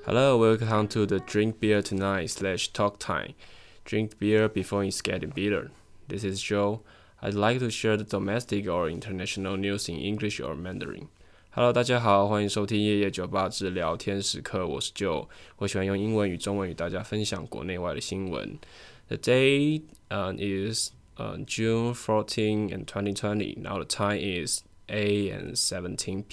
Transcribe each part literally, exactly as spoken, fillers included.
Hello, welcome to the Drink Beer Tonight slash Talk Time. Drink beer before it's getting bitter. This is Joe. I'd like to share the domestic or international news in English or Mandarin. Hello, 大家好，欢迎收听夜夜酒吧之聊天时刻，我是 Joe。我喜欢用英文与中文与大家分享国内外的新闻。The day uh, is uh, June fourteenth and twenty twenty. Now the time is eight and seventeen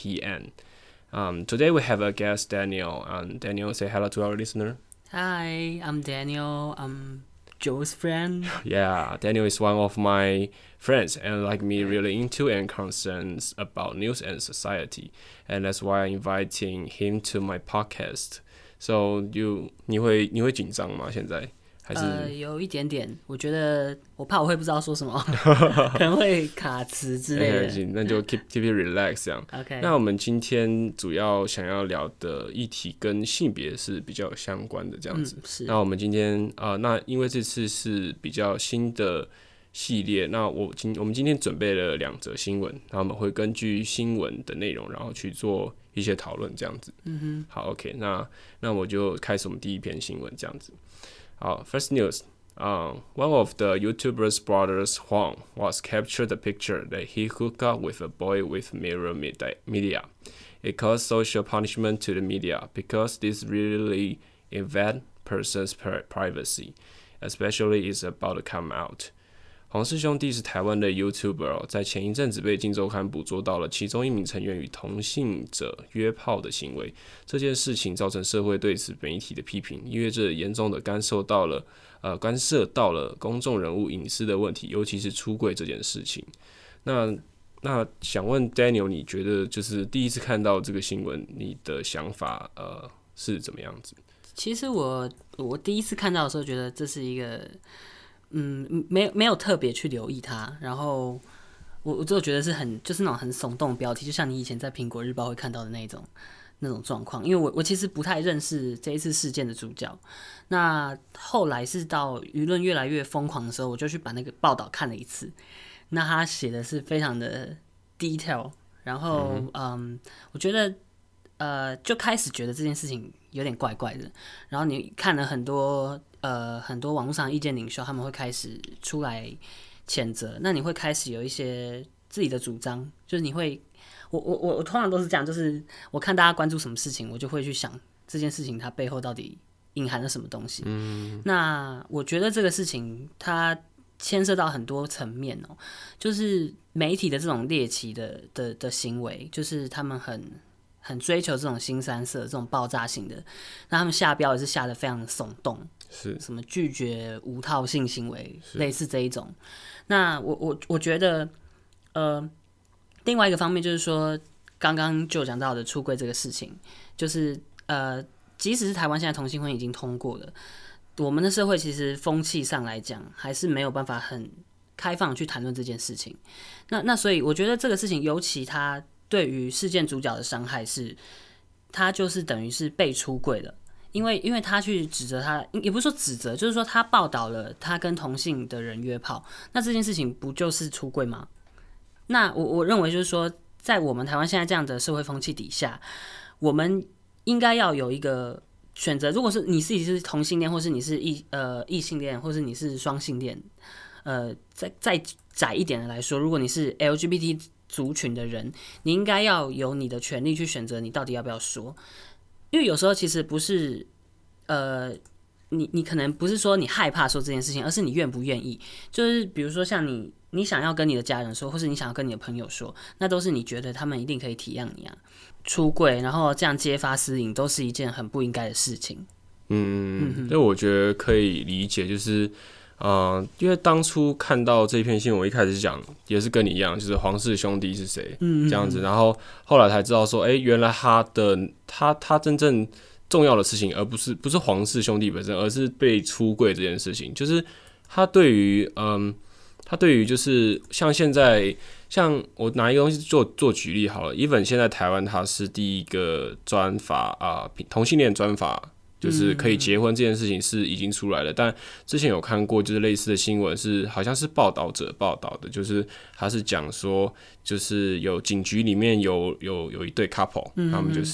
p.m.Um, today we have a guest, Daniel. Um, Daniel, say hello to our listener. Hi, I'm Daniel. I'm Joe's friend. Yeah, Daniel is one of my friends and like me really into and concerns about news and society. And that's why I'm inviting him to my podcast. So you 你会你会紧张吗？现在还是呃，有一点点，我觉得我怕我会不知道说什么，可能会卡词之类的。 okay, 那就 keep keep it relax 这样。 OK。 那我们今天主要想要聊的议题跟性别是比较相关的这样子。 嗯、是。 那我们今天呃，那因为这次是比较新的系列，那我今我们今天准备了两则新闻，然后我们会根据新闻的内容，然后去做一些讨论这样子。 嗯哼。 好 ，OK， 那那我就开始我们第一篇新闻这样子。好 ，First news. Um, one of the YouTuber's brothers, Huang, was captured the picture that he hooked up with a boy with mirror media. It caused social punishment to the media because this really invade person's privacy, especially is about to come out. 黄氏兄弟是台湾的 YouTuber 哦，在前一阵子被镜周刊捕捉到了其中一名成员与同性者约炮的行为。这件事情造成社会对此媒体的批评，因为这严重的干涉到了呃干涉到了公众人物隐私的问题，尤其是出柜这件事情。那那想问 Daniel， 你觉得就是第一次看到这个新闻，你的想法呃是怎么样子？ 其实我我第一次看到的时候，觉得这是一个。嗯，没有没有特别去留意它，然后我我就觉得是很就是那种很耸动的标题，就像你以前在苹果日报会看到的那种那种状况。因为我我其实不太认识这一次事件的主角，那后来是到舆论越来越疯狂的时候，我就去把那个报道看了一次。那他写的是非常的 detail， 然后 嗯, 嗯，我觉得呃就开始觉得这件事情有点怪怪的，然后你看了很多。呃，很多网络上的意见领袖他们会开始出来谴责，那你会开始有一些自己的主张，就是你会，我我我我通常都是这样，就是我看大家关注什么事情，我就会去想这件事情它背后到底隐含了什么东西。嗯，那我觉得这个事情它牵涉到很多层面哦，就是媒体的这种猎奇的的的行为，就是他们很。很追求这种新三色、这种爆炸性的，那他们下标也是下得非常的耸动， 是什么拒绝无套性行为，类似这一种。那我我我觉得，呃，另外一个方面就是说，刚刚就讲到的出柜这个事情，就是呃，即使是台湾现在同性婚已经通过了，我们的社会其实风气上来讲，还是没有办法很开放去谈论这件事情。那那所以我觉得这个事情，尤其它。对于事件主角的伤害是，他就是等于是被出柜了，因为因为他去指责他，也不是说指责，就是说他报道了他跟同性的人约炮，那这件事情不就是出柜吗？那我我认为就是说，在我们台湾现在这样的社会风气底下，我们应该要有一个选择。如果是你自己是同性恋，或是你是异呃异性恋，或是你是双性恋，呃，再再窄一点的来说，如果你是 L G B T。族群的人，你应该要有你的权利去选择你到底要不要说，因为有时候其实不是，呃，你你可能不是说你害怕说这件事情，而是你愿不愿意。就是比如说像你，你想要跟你的家人说，或是你想要跟你的朋友说，那都是你觉得他们一定可以体谅你啊。出柜，然后这样揭发私隐，都是一件很不应该的事情。 嗯，所以我觉得可以理解，就是。呃，因为当初看到这篇新闻，我一开始讲也是跟你一样，就是黄氏兄弟是谁这样子，然后后来才知道说，哎、欸，原来他的他他真正重要的事情，而不是不是黄氏兄弟本身，而是被出柜这件事情，就是他对于嗯，他对于就是像现在，像我拿一个东西做做举例好了 ，even 现在台湾它是第一个专法啊、呃，同性恋专法。就是可以结婚这件事情是已经出来了，但之前有看过就是类似的新闻，是好像是报道者报道的，就是他是讲说，就是有警局里面有有有一对 couple，、嗯、他们就是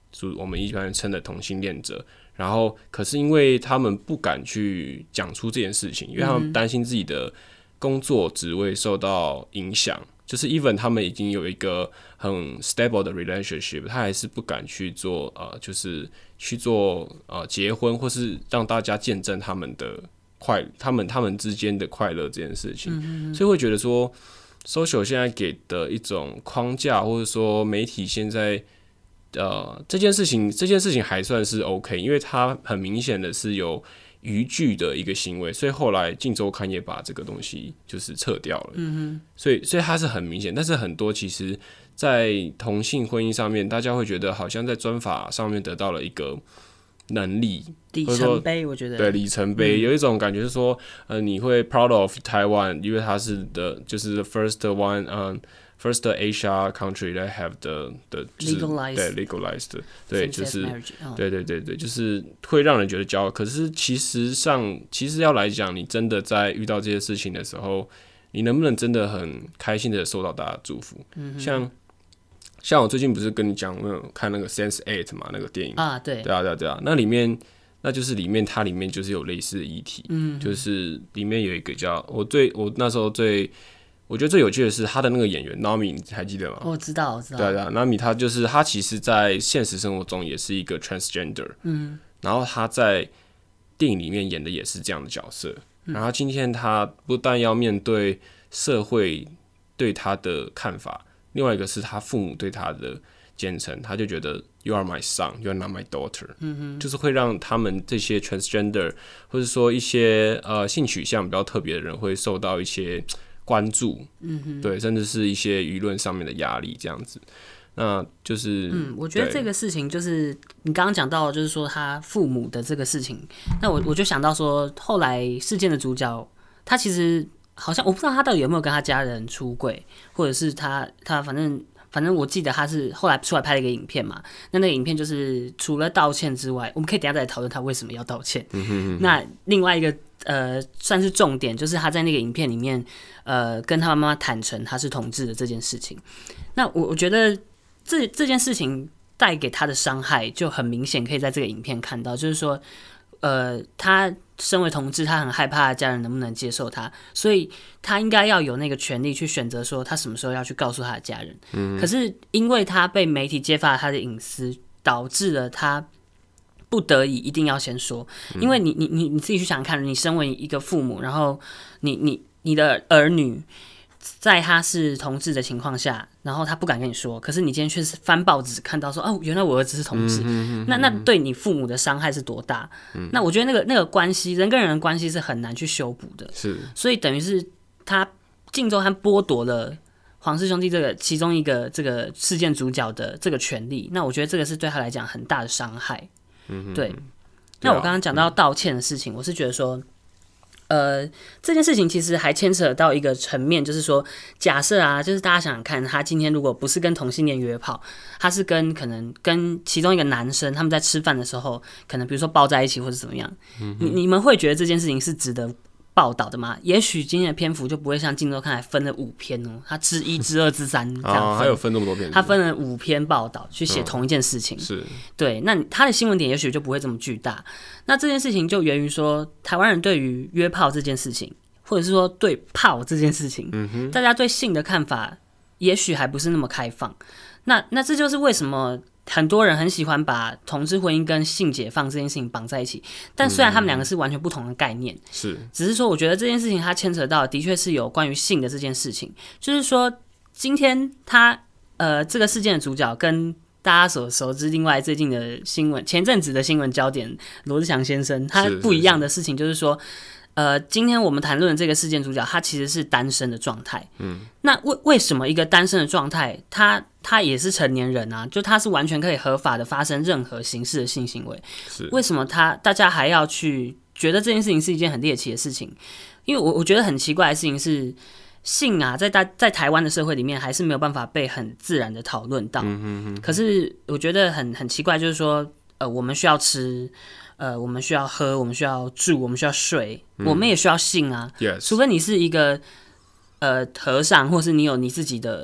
我们一般称的同性恋者。然后，可是因为他们不敢去讲出这件事情，因为他们担心自己的工作职位受到影响。就是 even 他们已经有一个很 stable 的 relationship， 他还是不敢去做呃，就是去做呃结婚，或是让大家见证他们的快，他们他们之间的快乐这件事情。嗯嗯，所以会觉得说 social 现在给的一种框架，或者说媒体现在。呃，这件事情，这件事情还算是 OK， 因为它很明显的是有逾矩的一个行为，所以后来《镜周刊》也把这个东西就是撤掉了。嗯哼，所以所以它是很明显，但是很多其实，在同性婚姻上面，大家会觉得好像在专法上面得到了一个能力里程碑，我觉得对里程碑、嗯、有一种感觉是说，呃，你会 proud of Taiwan， 因为它是的，就是 the first one， 嗯。First Asia country that have the the legalized 对 legalized 对就是对对对对就是会让人觉得骄傲。可是其实上其实要来讲，你真的在遇到这些事情的时候，你能不能真的很开心的受到大家的祝福？嗯、像像我最近不是跟你讲，我有看那个 Sense eight 嘛，那个电影啊，对对啊对啊对啊，那里面那就是里面它里面就是有类似的议题，嗯，就是里面有一个叫我最我那时候最。我觉得最有趣的是他的那个演员 Nami， 你还记得吗？ 我知道，我知道。 对对 ，Nami 他就是他，其实在现实生活中也是一个 transgender， 嗯，然后他在电影里面演的也是这样的角色。嗯、然后今天他不但要面对社会对他的看法，另外一个是他父母对他的坚称，他就觉得 You are my son, you are not my daughter，嗯、就是会让他们这些 transgender 或者说一些呃性取向比较特别的人会受到一些。关注，嗯对，甚至是一些舆论上面的压力，这样子，那就是， 嗯，我觉得这个事情就是你刚刚讲到，就是说他父母的这个事情，那我我就想到说，后来事件的主角，他其实好像我不知道他到底有没有跟他家人出柜，或者是他他反正反正我记得他是后来出来拍了一个影片嘛，那那个影片就是除了道歉之外，我们可以等一下再来讨论他为什么要道歉。嗯哼哼，那另外一个。呃，算是重点，就是他在那个影片里面，呃，跟他妈妈坦诚他是同志的这件事情。那我我觉得这这件事情带给他的伤害就很明显，可以在这个影片看到，就是说，呃，他身为同志，他很害怕家人能不能接受他，所以他应该要有那个权利去选择说他什么时候要去告诉他的家人。嗯，可是因为他被媒体揭发了他的隐私，导致了他。不得已一定要先说，因为你你你你自己去想看，你身为一个父母，然后你你你的儿女在他是同志的情况下，然后他不敢跟你说，可是你今天却是翻报纸看到说，哦，原来我儿子是同志，嗯、那那对你父母的伤害是多大？嗯、那我觉得那个那个关系，人跟人的关系是很难去修补的， 是， 所以等于是他镜周刊剥夺了。黄氏兄弟这个其中一个这个事件主角的这个权利，那我觉得这个是对他来讲很大的伤害。嗯、对，那我刚刚讲到道歉的事情，我是觉得说，呃，这件事情其实还牵扯到一个层面，就是说，假设啊，就是大家想想看，他今天如果不是跟同性恋约炮，他是跟可能跟其中一个男生，他们在吃饭的时候，可能比如说抱在一起或者怎么样，嗯、你你们会觉得这件事情是值得报道的吗？也许今天的篇幅就不会像《镜周刊》还分了五篇哦，它之一、之二、之三这样分、 啊，还有分那么多篇， 它分了五篇报道去写同一件事情，嗯、 是对。那他的新闻点也许就不会这么巨大。那这件事情就源于说，台湾人对于约炮这件事情，或者是说对炮这件事情，嗯、大家对性的看法也许还不是那么开放。那那这就是为什么。很多人很喜欢把同志婚姻跟性解放这件事情绑在一起，但虽然他们两个是完全不同的概念， 是， 只是说我觉得这件事情它牵扯到的确是有关于性的这件事情，就是说今天他呃这个事件的主角跟大家所熟知另外最近的新闻，前阵子的新闻焦点罗志祥先生，他不一样的事情就是说。呃，今天我们谈论的这个事件主角，他其实是单身的状态。嗯，那为为什么一个单身的状态，他他也是成年人啊？就他是完全可以合法的发生任何形式的性行为。 是为什么他大家还要去觉得这件事情是一件很猎奇的事情？因为我我觉得很奇怪的事情是，性啊，在大在台湾的社会里面，还是没有办法被很自然的讨论到。嗯哼哼。可是我觉得很很奇怪，就是说，呃，我们需要吃。呃，我们需要喝，我们需要住，我们需要睡，嗯、我们也需要性啊。 Yes. 除非你是一个呃和尚，或是你有你自己的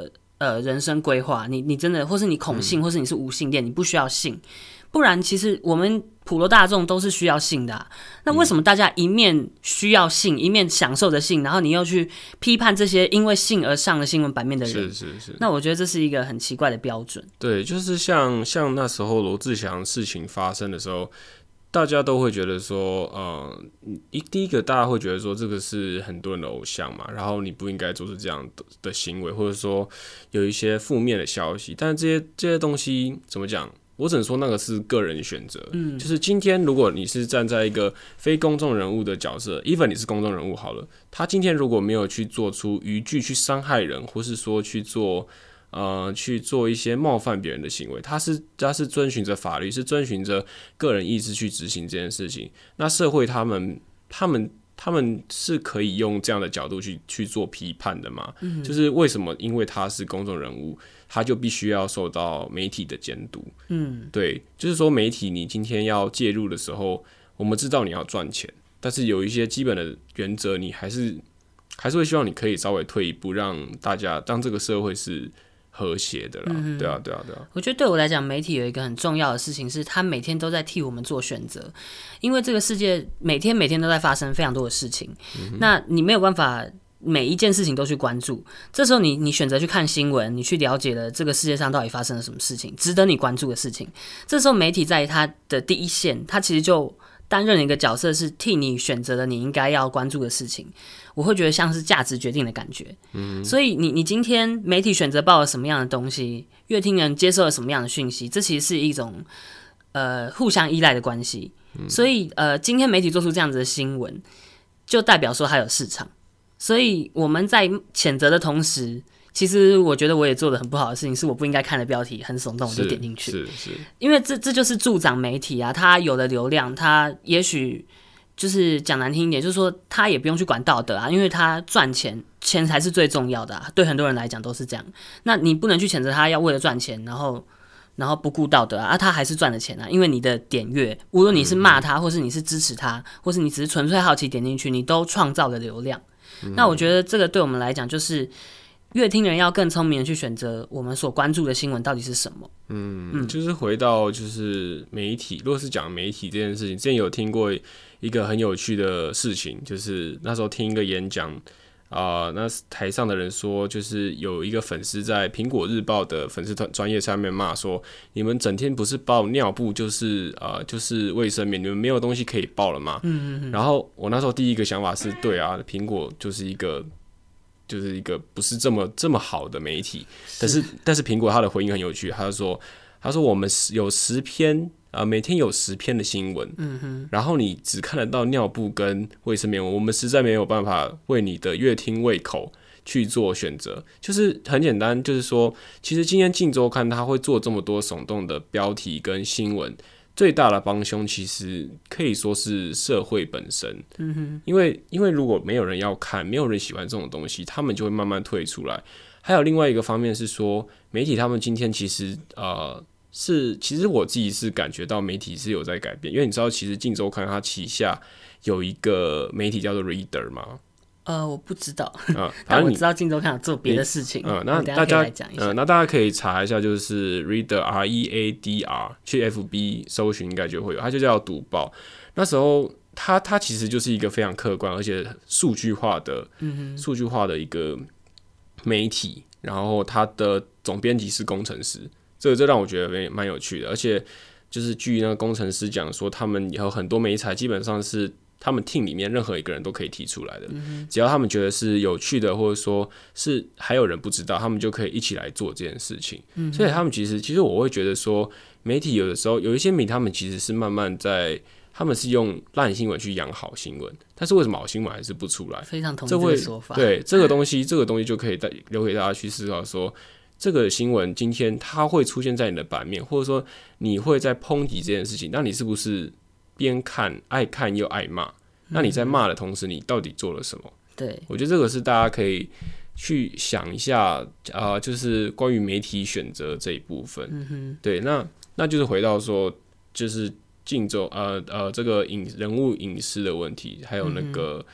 呃人生规划，你你真的或是你恐性，嗯、或是你是无性恋，你不需要性，不然其实我们普罗大众都是需要性的、啊。那为什么大家一面需要性，一面享受着性，然后你又去批判这些因为性而上了新闻版面的人？ 是是是。 那我觉得这是一个很奇怪的标准。 对，就是像像那时候罗志祥事情发生的时候。大家都会觉得说，呃，一第一个大家会觉得说这个是很多人的偶像嘛，然后你不应该做出这样 的, 的行为，或者说有一些负面的消息。但是这些这些东西怎么讲？我只能说那个是个人选择。嗯，就是今天如果你是站在一个非公众人物的角色 ，even 你是公众人物好了，他今天如果没有去做出逾矩去伤害人，或是说去做。呃，去做一些冒犯别人的行为，他是他是遵循着法律，是遵循着个人意志去执行这件事情。那社会他们他们他们是可以用这样的角度去去做批判的嘛？嗯、就是为什么？因为他是公众人物，他就必须要受到媒体的监督。嗯，对，就是说媒体你今天要介入的时候，我们知道你要赚钱，但是有一些基本的原则，你还是还是会希望你可以稍微退一步，让大家让这个社会是。和谐的啦，嗯、对啊，对啊，对啊。 我觉得对我来讲，媒体有一个很重要的事情是，他每天都在替我们做选择，因为这个世界每天每天都在发生非常多的事情，嗯、那你没有办法每一件事情都去关注。这时候你你选择去看新闻，你去了解了这个世界上到底发生了什么事情，值得你关注的事情。这时候媒体在他的第一线，他其实就担任一个角色，是替你选择了你应该要关注的事情。我会觉得像是价值决定的感觉，嗯、所以你你今天媒体选择报了什么样的东西，乐听人接受了什么样的讯息，这其实是一种呃互相依赖的关系。嗯、所以呃，今天媒体做出这样子的新闻，就代表说它有市场。所以我们在谴责的同时，其实我觉得我也做的很不好的事情，是我不应该看的标题很耸动，我就点进去， 是是， 因为这这就是助长媒体啊，它有了流量，它也许。就是讲难听一点，就是说他也不用去管道德啊，因为他赚钱，钱才是最重要的啊。对很多人来讲都是这样。那你不能去谴责他要为了赚钱，然后然后不顾道德啊，啊他还是赚了钱啊，因为你的点阅，无论你是骂他，或是你是支持他，或是你只是纯粹好奇点进去，你都创造了流量。嗯、那我觉得这个对我们来讲，就是乐听人要更聪明的去选择我们所关注的新闻到底是什么。 嗯，嗯就是回到就是媒体，如果是讲媒体这件事情，之前有听过一个很有趣的事情，就是那时候听一个演讲，啊、呃，那台上的人说，就是有一个粉丝在苹果日报的粉丝团专页上面骂说，你们整天不是报尿布就是呃就是卫生棉，你们没有东西可以报了吗？嗯嗯嗯。然后我那时候第一个想法是，对啊，苹果就是一个。就是一个不是这么这么好的媒体，但是但是苹果它的回应很有趣，他就说他说我们有十篇啊、呃，每天有十篇的新闻，嗯哼，然后你只看得到尿布跟卫生棉，我们实在没有办法为你的乐听胃口去做选择，就是很简单，就是说，其实今天《镜周刊》它会做这么多耸动的标题跟新闻。最大的帮凶其实可以说是社会本身，嗯哼，因为因为如果没有人要看，没有人喜欢这种东西，他们就会慢慢退出来。还有另外一个方面是说，媒体他们今天其实呃是，其实我自己是感觉到媒体是有在改变，因为你知道，其实《镜周刊》它旗下有一个媒体叫做 Reader 嘛。 呃，我不知道，嗯，但我知道《镜周刊》有做别的事情， 嗯，那大家，嗯，那大家可以查一下，就是 Reader R E A D R， 去 F B 搜寻应该就会有，它就叫读报。那时候它它其实就是一个非常客观而且数据化的，嗯数据化的一个媒体，然后它的总编辑是工程师，这个这让我觉得蛮有趣的，而且就是据那个工程师讲说，他们有很多媒材基本上是。他们 team 里面任何一个人都可以提出来的，嗯、只要他们觉得是有趣的，或者说是还有人不知道，他们就可以一起来做这件事情。嗯、所以他们其实，其实我会觉得说，媒体有的时候有一些媒体，他们其实是慢慢在，他们是用烂新闻去养好新闻，但是为什么好新闻还是不出来？ 非常同意这个说法。 对这个东西，这个东西就可以留给大家去思考说。这个新闻今天它会出现在你的版面，或者说你会在抨击这件事情，那你是不是边看爱看又爱骂？那你在骂的同时，你到底做了什么？ 对， 我觉得这个是大家可以去想一下，呃，就是关于媒体选择这一部分。嗯哼，对，那那就是回到说，就是镜周呃呃这个隐人物隐私的问题，还有那个、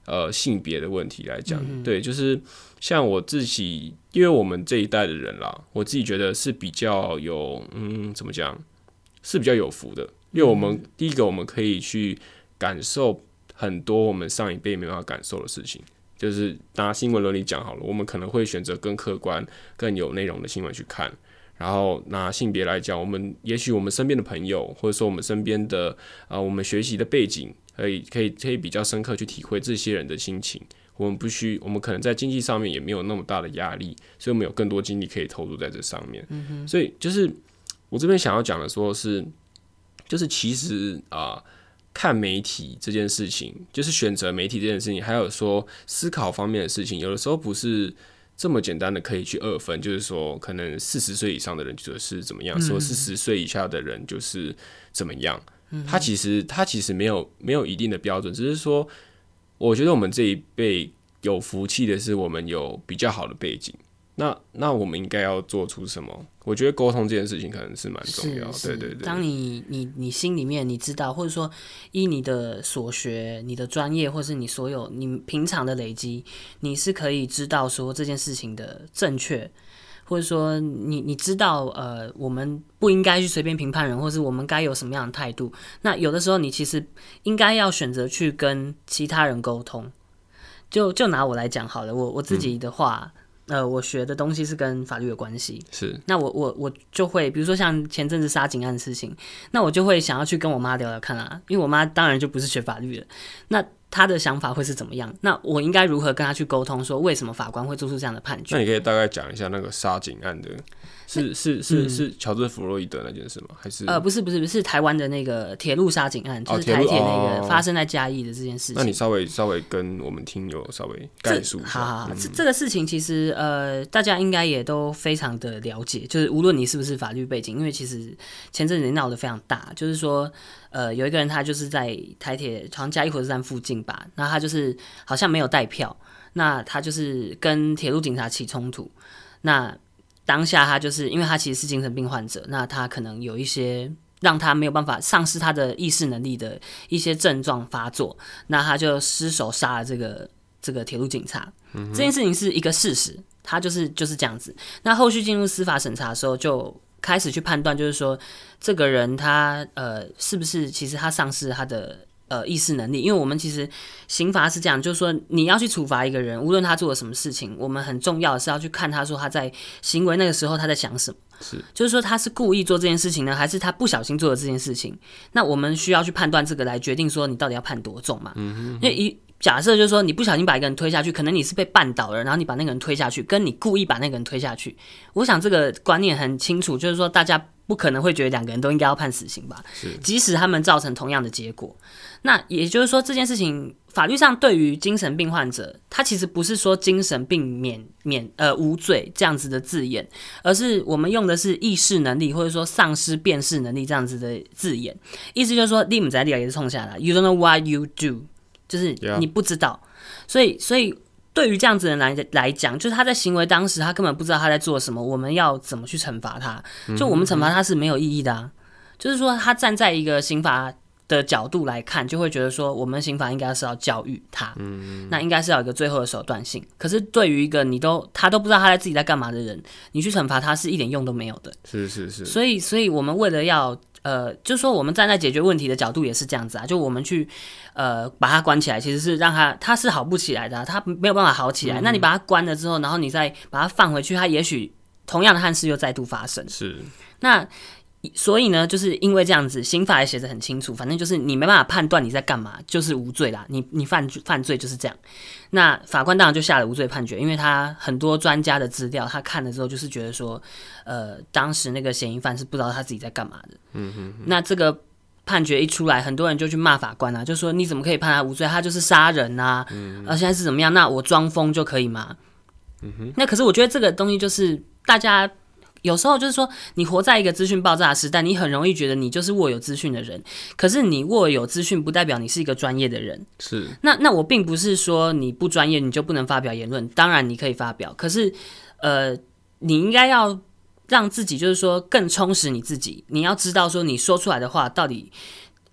呃性别的问题来讲，嗯、对，就是像我自己，因为我们这一代的人啦，我自己觉得是比较有嗯怎么讲，是比较有福的，因为我们、嗯、第一个我们可以去感受很多我们上一辈没办法感受的事情。就是拿新闻伦理讲好了，我们可能会选择更客观、更有内容的新闻去看。然后拿性别来讲，我们也许我们身边的朋友，或者说我们身边的啊、呃，我们学习的背景，可以可以可以比较深刻去体会这些人的心情。我们不需，我们可能在经济上面也没有那么大的压力，所以我们有更多精力可以投入在这上面。嗯、所以就是我这边想要讲的，说是，就是其实啊。呃看媒体这件事情，就是选择媒体这件事情，还有说思考方面的事情，有的时候不是这么简单的可以去二分，就是说可能四十岁以上的人就是怎么样，说四十岁以下的人就是怎么样。嗯、他其实他其实没有没有一定的标准，只是说，我觉得我们这一辈有福气的是，我们有比较好的背景。那那我们应该要做出什么？我觉得沟通这件事情可能是蛮重要的。对对对。 当你你你心里面你知道，或者说依你的所学、你的专业，或是你所有你平常的累积，你是可以知道说这件事情的正确，或者说你你知道呃，我们不应该去随便评判人，或是我们该有什么样的态度。那有的时候你其实应该要选择去跟其他人沟通。就就拿我来讲好了，我我自己的话。嗯呃，我学的东西是跟法律有关系， 是。 那我我我就会，比如说像前阵子杀警案的事情，那我就会想要去跟我妈聊聊看啊，因为我妈当然就不是学法律的，那她的想法会是怎么样？那我应该如何跟她去沟通，说为什么法官会做出这样的判决？ 那你可以大概讲一下那个杀警案的，是是是、嗯、是乔治·弗洛伊德那件事吗？还是呃不是不是不是台湾的那个铁路杀警案，就是台铁那个发生在嘉义的这件事情。 那你稍微稍微跟我们听友稍微概述一下。 好好好， 嗯、 这这个事情其实呃大家应该也都非常的了解，就是无论你是不是法律背景，因为其实前阵子闹得非常大，就是说呃有一个人他就是在台铁好像嘉义火车站附近吧，那他就是好像没有带票，那他就是跟铁路警察起冲突，那。当下他就是因为他其实是精神病患者，那他可能有一些让他没有办法丧失他的意识能力的一些症状发作，那他就失手杀了这个这个铁路警察。嗯、这件事情是一个事实，他就是就是这样子。那后续进入司法审查的时候，就开始去判断，就是说这个人他呃是不是其实他丧失他的。呃，意识能力，因为我们其实刑罚是这样，就是说你要去处罚一个人，无论他做了什么事情，我们很重要的是要去看他说他在行为那个时候他在想什么， 是， 就是说他是故意做这件事情呢，还是他不小心做了这件事情？那我们需要去判断这个来决定说你到底要判多重嘛？嗯哼哼，因为一假设就是说你不小心把一个人推下去，可能你是被绊倒了，然后你把那个人推下去，跟你故意把那个人推下去，我想这个观念很清楚，就是说大家不可能会觉得两个人都应该要判死刑吧？即使他们造成同样的结果。那也就是说，这件事情法律上对于精神病患者，他其实不是说精神病免免呃无罪这样子的字眼，而是我们用的是意识能力或者说丧失辨识能力这样子的字眼。意思就是说，你不知道你也是冲下来 ，you don't know what you do， 就是你不知道。所以，所以对于这样子的人来来讲，就是他在行为当时他根本不知道他在做什么，我们要怎么去惩罚他？就我们惩罚他是没有意义的啊。就是说，他站在一个刑罚的角度来看，就会觉得说，我们刑法应该是要教育他，嗯、那应该是要有一个最后的手段性。可是对于一个你都他都不知道他在自己在干嘛的人，你去惩罚他是一点用都没有的。 是是是。所以，所以我们为了要呃，就是说我们站在解决问题的角度也是这样子啊，就我们去呃把他关起来，其实是让他他是好不起来的、啊，他没有办法好起来。嗯、那你把他关了之后，然后你再把他放回去，他也许同样的憾事又再度发生。 是。 那。所以呢，就是因为这样子，刑法也写得很清楚，反正就是你没办法判断你在干嘛，就是无罪啦。你你犯犯罪就是这样。那法官当然就下了无罪判决，因为他很多专家的资料，他看了之后就是觉得说，呃，当时那个嫌疑犯是不知道他自己在干嘛的。嗯哼哼。那这个判决一出来，很多人就去骂法官啊，就说你怎么可以判他无罪？他就是杀人啊！嗯、而现在是怎么样？那我装疯就可以吗？嗯哼。那可是我觉得这个东西就是大家。有时候就是说，你活在一个资讯爆炸的时代，你很容易觉得你就是握有资讯的人。可是你握有资讯，不代表你是一个专业的人。 是。 那那我并不是说你不专业，你就不能发表言论。当然你可以发表，可是呃，你应该要让自己就是说更充实你自己。你要知道说你说出来的话到底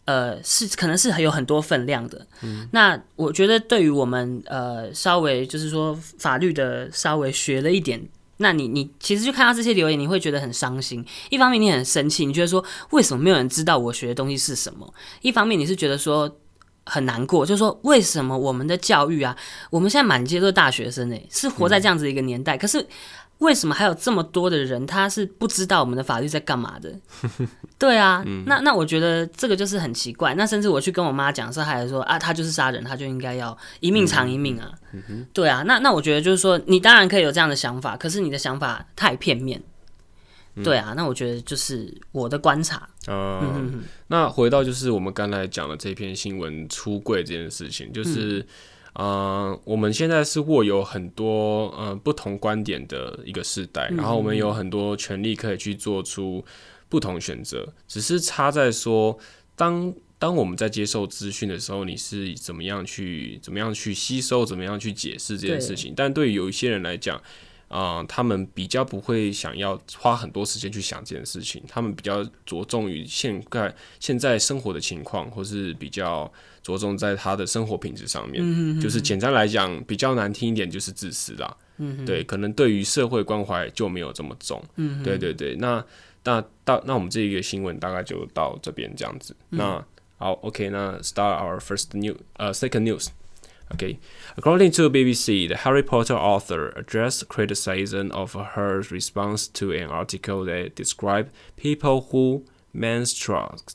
呃，是可能是有很多分量的。嗯、那我觉得对于我们呃稍微就是说法律的稍微学了一点，那你你其实就看到这些留言，你会觉得很伤心。一方面你很生气，你觉得说为什么没有人知道我学的东西是什么？一方面你是觉得说很难过，就是说为什么我们的教育啊，我们现在满街都是大学生诶，是活在这样子的一个年代，嗯、可是为什么还有这么多的人他是不知道我们的法律在干嘛的？对啊，嗯、那那我觉得这个就是很奇怪。那甚至我去跟我妈讲的时候，她还说啊，他就是杀人，他就应该要一命偿一命啊。嗯嗯、对啊，那那我觉得就是说，你当然可以有这样的想法，可是你的想法太片面。对啊，那我觉得就是我的观察。 呃、嗯，那回到就是我们刚才讲的这篇新闻出柜这件事情，就是。嗯呃，我们现在是握有很多呃不同观点的一个世代，然后我们有很多权利可以去做出不同选择，只是差在说，当当我们在接受资讯的时候，你是怎么样去怎么样去吸收，怎么样去解释这件事情。但对于有一些人来讲，啊、呃，他们比较不会想要花很多时间去想这件事情，他们比较着重于现在现在生活的情况，或是比较着重在他的生活品质上面。嗯、就是简单来讲，比较难听一点就是自私啦。嗯、对，可能对于社会关怀就没有这么重。嗯、对对对，那那到那我们这个新闻大概就到这边这样子。嗯、那好 ，OK， 那 start our first news， 呃、uh, ，second news。Okay. According to B B C, the Harry Potter author addressed criticism of her response to an article that described people who menstruate,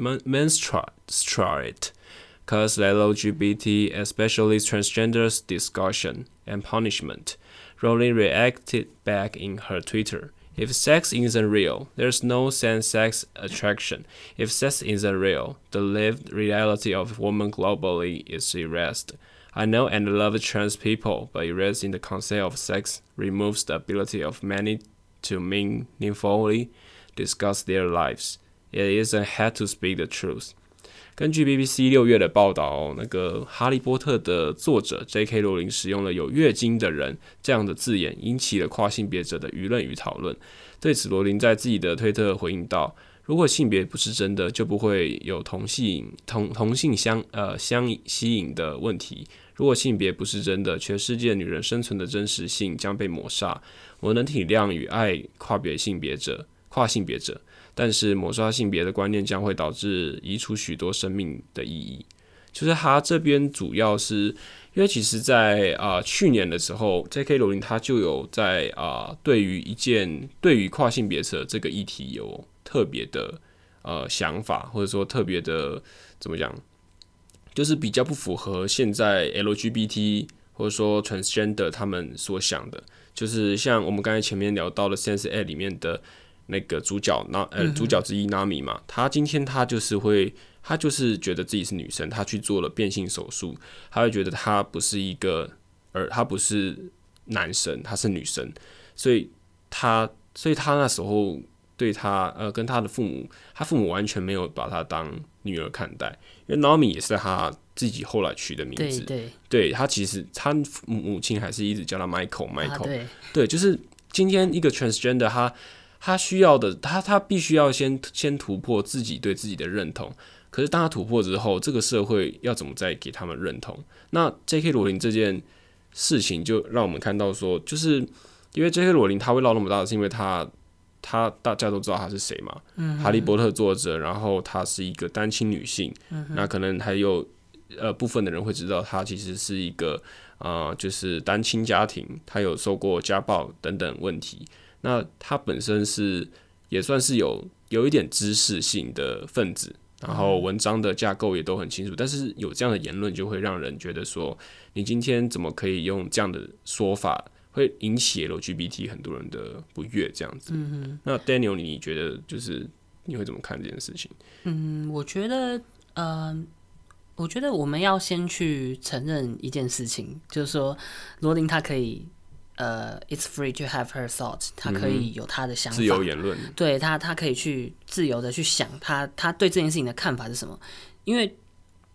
menstruate cause L G B T, especially transgenders, discussion and punishment. Rowling reacted back in her Twitter. If sex isn't real, there's no same-sex attraction. If sex isn't real, the lived reality of women globally is erased.I know and love trans people, but erasing the concept of sex removes the ability of many to meaningfully discuss their lives. It isn't hard to speak the truth. 根据 B B C 六月的报道，那个《哈利波特》的作者 J K 罗琳使用了有月经的人这样的字眼，引起了跨性别者的舆论与讨论。对此，罗琳在自己的推特回应道：“如果性别不是真的，就不会有同性同同性相呃相吸引的问题。如果性别不是真的，全世界女人生存的真实性将被抹杀。我能体谅与爱跨别性别者、跨性别者，但是抹杀性别的观念将会导致移除许多生命的意义。”就是他这边主要是因为其实在，呃、去年的时候 J K 罗琳他就有在，呃、对于一件对于跨性别者这个议题有特别的呃想法，或者说特别的怎么讲，就是比较不符合现在 L G B T 或者说 transgender 他们所想的，就是像我们刚才前面聊到的 Sense eight 里面的那个主角，呃，主角之一 Nami 嘛，他今天他就是会，他就是觉得自己是女生，他去做了变性手术，他会觉得他不是一个，而他不是男生，他是女生，所以他，所以他那时候对他，呃，跟他的父母，他父母完全没有把他当女儿看待，因为 Nami 也是他自己后来取的名字， 对对， 对他其实他母亲还是一直叫他 Michael Michael，、啊、 对, 对，就是今天一个 transgender 他。他需要的，他他必须要先先突破自己对自己的认同。可是当他突破之后，这个社会要怎么再给他们认同？那 J K 罗琳这件事情就让我们看到说，就是因为 J K 罗琳他会闹那么大，是因为他他大家都知道他是谁嘛，嗯、哈利波特作者，然后他是一个单亲女性，嗯、那可能还有呃部分的人会知道他其实是一个呃就是单亲家庭，他有受过家暴等等问题。那他本身是也算是有有一点知识性的分子，然后文章的架构也都很清楚，但是有这样的言论就会让人觉得说，你今天怎么可以用这样的说法，会引起 L G B T 很多人的不悦这样子。嗯、那 Daniel 你觉得就是你会怎么看这件事情？ 嗯，我觉得呃，我觉得我们要先去承认一件事情，就是说罗琳她可以。呃、uh, ，It's free to have her thoughts， 他可以有他的想法， 自由言论， 对他，他可以去自由的去想他他对这件事情的看法是什么。因为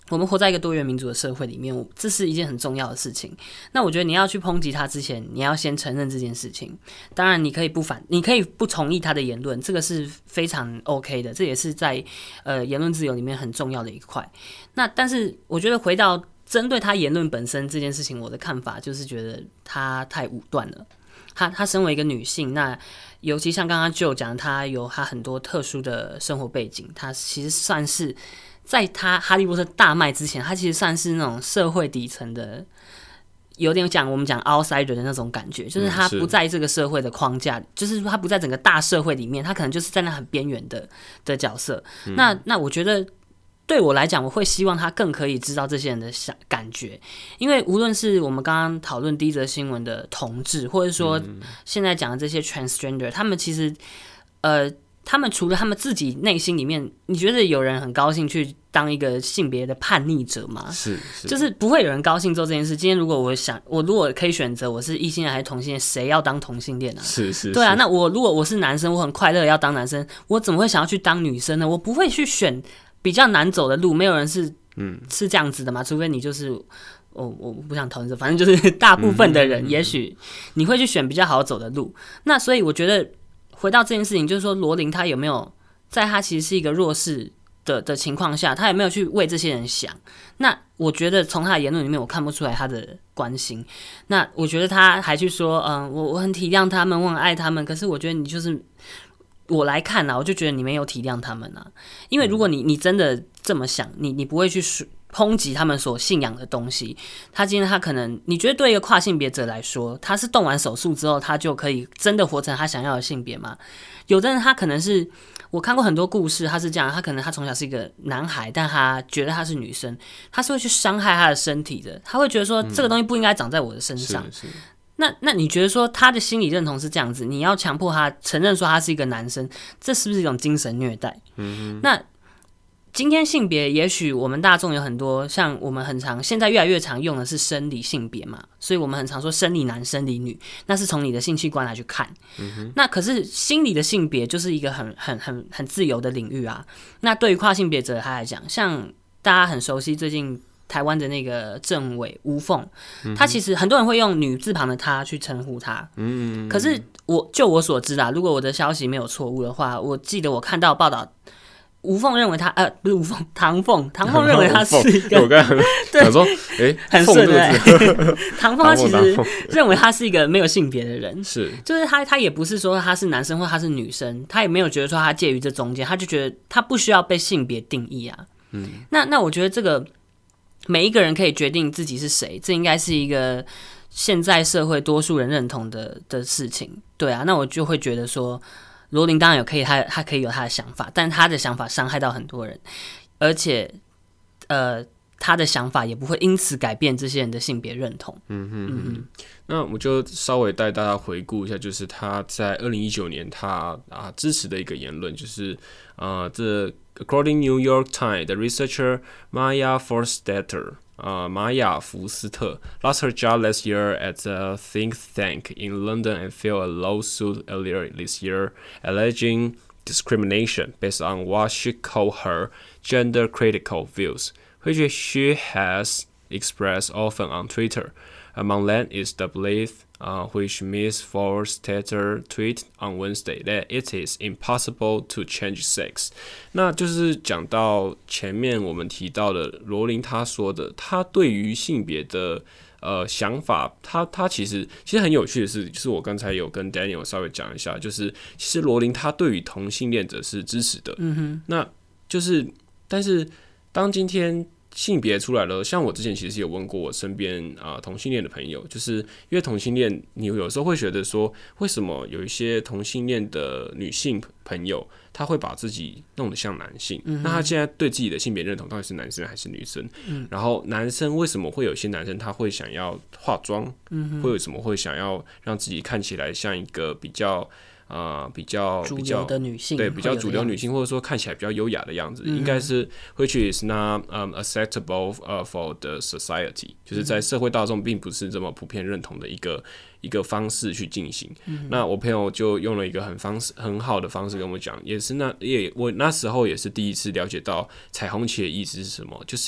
我们活在一个多元民主的社会里面，这是一件很重要的事情。那我觉得你要去抨击他之前，你要先承认这件事情。当然，你可以不反，你可以不同意他的言论，这个是非常 OK 的，这也是在呃言论自由里面很重要的一块。那但是我觉得回到针对他言论本身这件事情，我的看法就是觉得他太武断了。她她身为一个女性，那尤其像刚刚就讲，她有她很多特殊的生活背景，她其实算是。在他哈利波特大卖之前，他其实算是那种社会底层的，有点讲我们讲 outsider 的那种感觉，就是他不在这个社会的框架，就是他不在整个大社会里面，他可能就是在那很边缘的的角色。嗯、那那我觉得对我来讲，我会希望他更可以知道这些人的想感觉，因为无论是我们刚刚讨论第一则新闻的同志，或者说现在讲的这些 transgender， 他们其实呃。他们除了他们自己内心里面，你觉得有人很高兴去当一个性别的叛逆者吗？ 是，是就是不会有人高兴做这件事。今天如果我想，我如果可以选择我是异性恋还是同性恋，谁要当同性恋啊？ 是是， 对啊。那我如果我是男生，我很快乐要当男生，我怎么会想要去当女生呢？我不会去选比较难走的路，没有人是嗯是这样子的嘛？除非你就是。我我不想讨论这，反正就是大部分的人，也许你会去选比较好走的路。那所以我觉得。回到这件事情，就是说罗琳她有没有在她其实是一个弱势的的情况下，她有没有去为这些人想？那我觉得从她的言论里面，我看不出来她的关心。那我觉得她还去说，嗯，我我很体谅他们，我很爱他们。可是我觉得你就是我来看啊，我就觉得你没有体谅他们啊。因为如果你你真的这么想，你你不会去抨击他们所信仰的东西。他今天他可能，你觉得对一个跨性别者来说，他是动完手术之后，他就可以真的活成他想要的性别吗？有的人他可能是，我看过很多故事，他是这样，他可能他从小是一个男孩，但他觉得他是女生，他是会去伤害他的身体的，他会觉得说、嗯、这个东西不应该长在我的身上。是是那那你觉得说他的心理认同是这样子，你要强迫他承认说他是一个男生，这是不是一种精神虐待？嗯，那。今天性别，也许我们大众有很多，像我们很常现在越来越常用的是生理性别嘛，所以我们很常说生理男、生理女，那是从你的性器官来去看。嗯、那可是心理的性别就是一个很很很很自由的领域啊。那对于跨性别者他来讲，像大家很熟悉最近台湾的那个政委吴凤，他其实很多人会用女字旁的他去称呼他。嗯，可是我就我所知啊，如果我的消息没有错误的话，我记得我看到报道。吴凤认为他呃不是吴凤，唐凤，唐凤认为他是一个， 我刚才想说，哎、欸， 很顺对。唐凤他其实认为他是一个没有性别的人， 是， 就是他他也不是说他是男生或他是女生，他也没有觉得说他介于这中间，他就觉得他不需要被性别定义啊。嗯，那那我觉得这个每一个人可以决定自己是谁，这应该是一个现在社会多数人认同的的事情，对啊，那我就会觉得说。罗琳当然有可以他，他可以有他的想法，但他的想法伤害到很多人，而且，呃，他的想法也不会因此改变这些人的性别认同。嗯哼嗯哼，那我就稍微带大家回顾一下，就是他在二零一九年他啊支持的一个言论，就是啊，这 According New York Times, the researcher Maya Forstater. Uh, Maya 福斯特 lost her job last year at a think tank in London and filed a lawsuit earlier this year alleging discrimination based on what she called her gender-critical views, which she has expressed often on Twitter. Among them is the belief, uh, which Miss Forstater tweeted on Wednesday, that it is impossible to change sex. 那就是讲到前面我们提到的罗琳她说的，她对于性别的呃想法，她她其实其实很有趣的是，就是我刚才有跟 Daniel 稍微讲一下，就是其实罗琳她对于同性恋者是支持的，嗯哼，那就是但是当今天。性别出来了，像我之前其实有问过我身边啊、呃、同性恋的朋友，就是因为同性恋，你有时候会觉得说，为什么有一些同性恋的女性朋友，她会把自己弄得像男性？嗯、那她现在对自己的性别认同到底是男生还是女生？嗯、然后男生为什么会有些男生他会想要化妆？嗯、会有什么会想要让自己看起来像一个比较？啊、呃，比较主流的女性， 对，比较主流女性，或者说看起来比较优雅的样子，嗯、应该是 which is not um, acceptable、uh, for the society， 就是在社会大众并不是这么普遍认同的一个一个方式去进行。嗯、那我朋友就用了一个很方式很好的方式跟我讲，也是那也我那时候也是第一次了解到彩虹旗的意思是什么，就是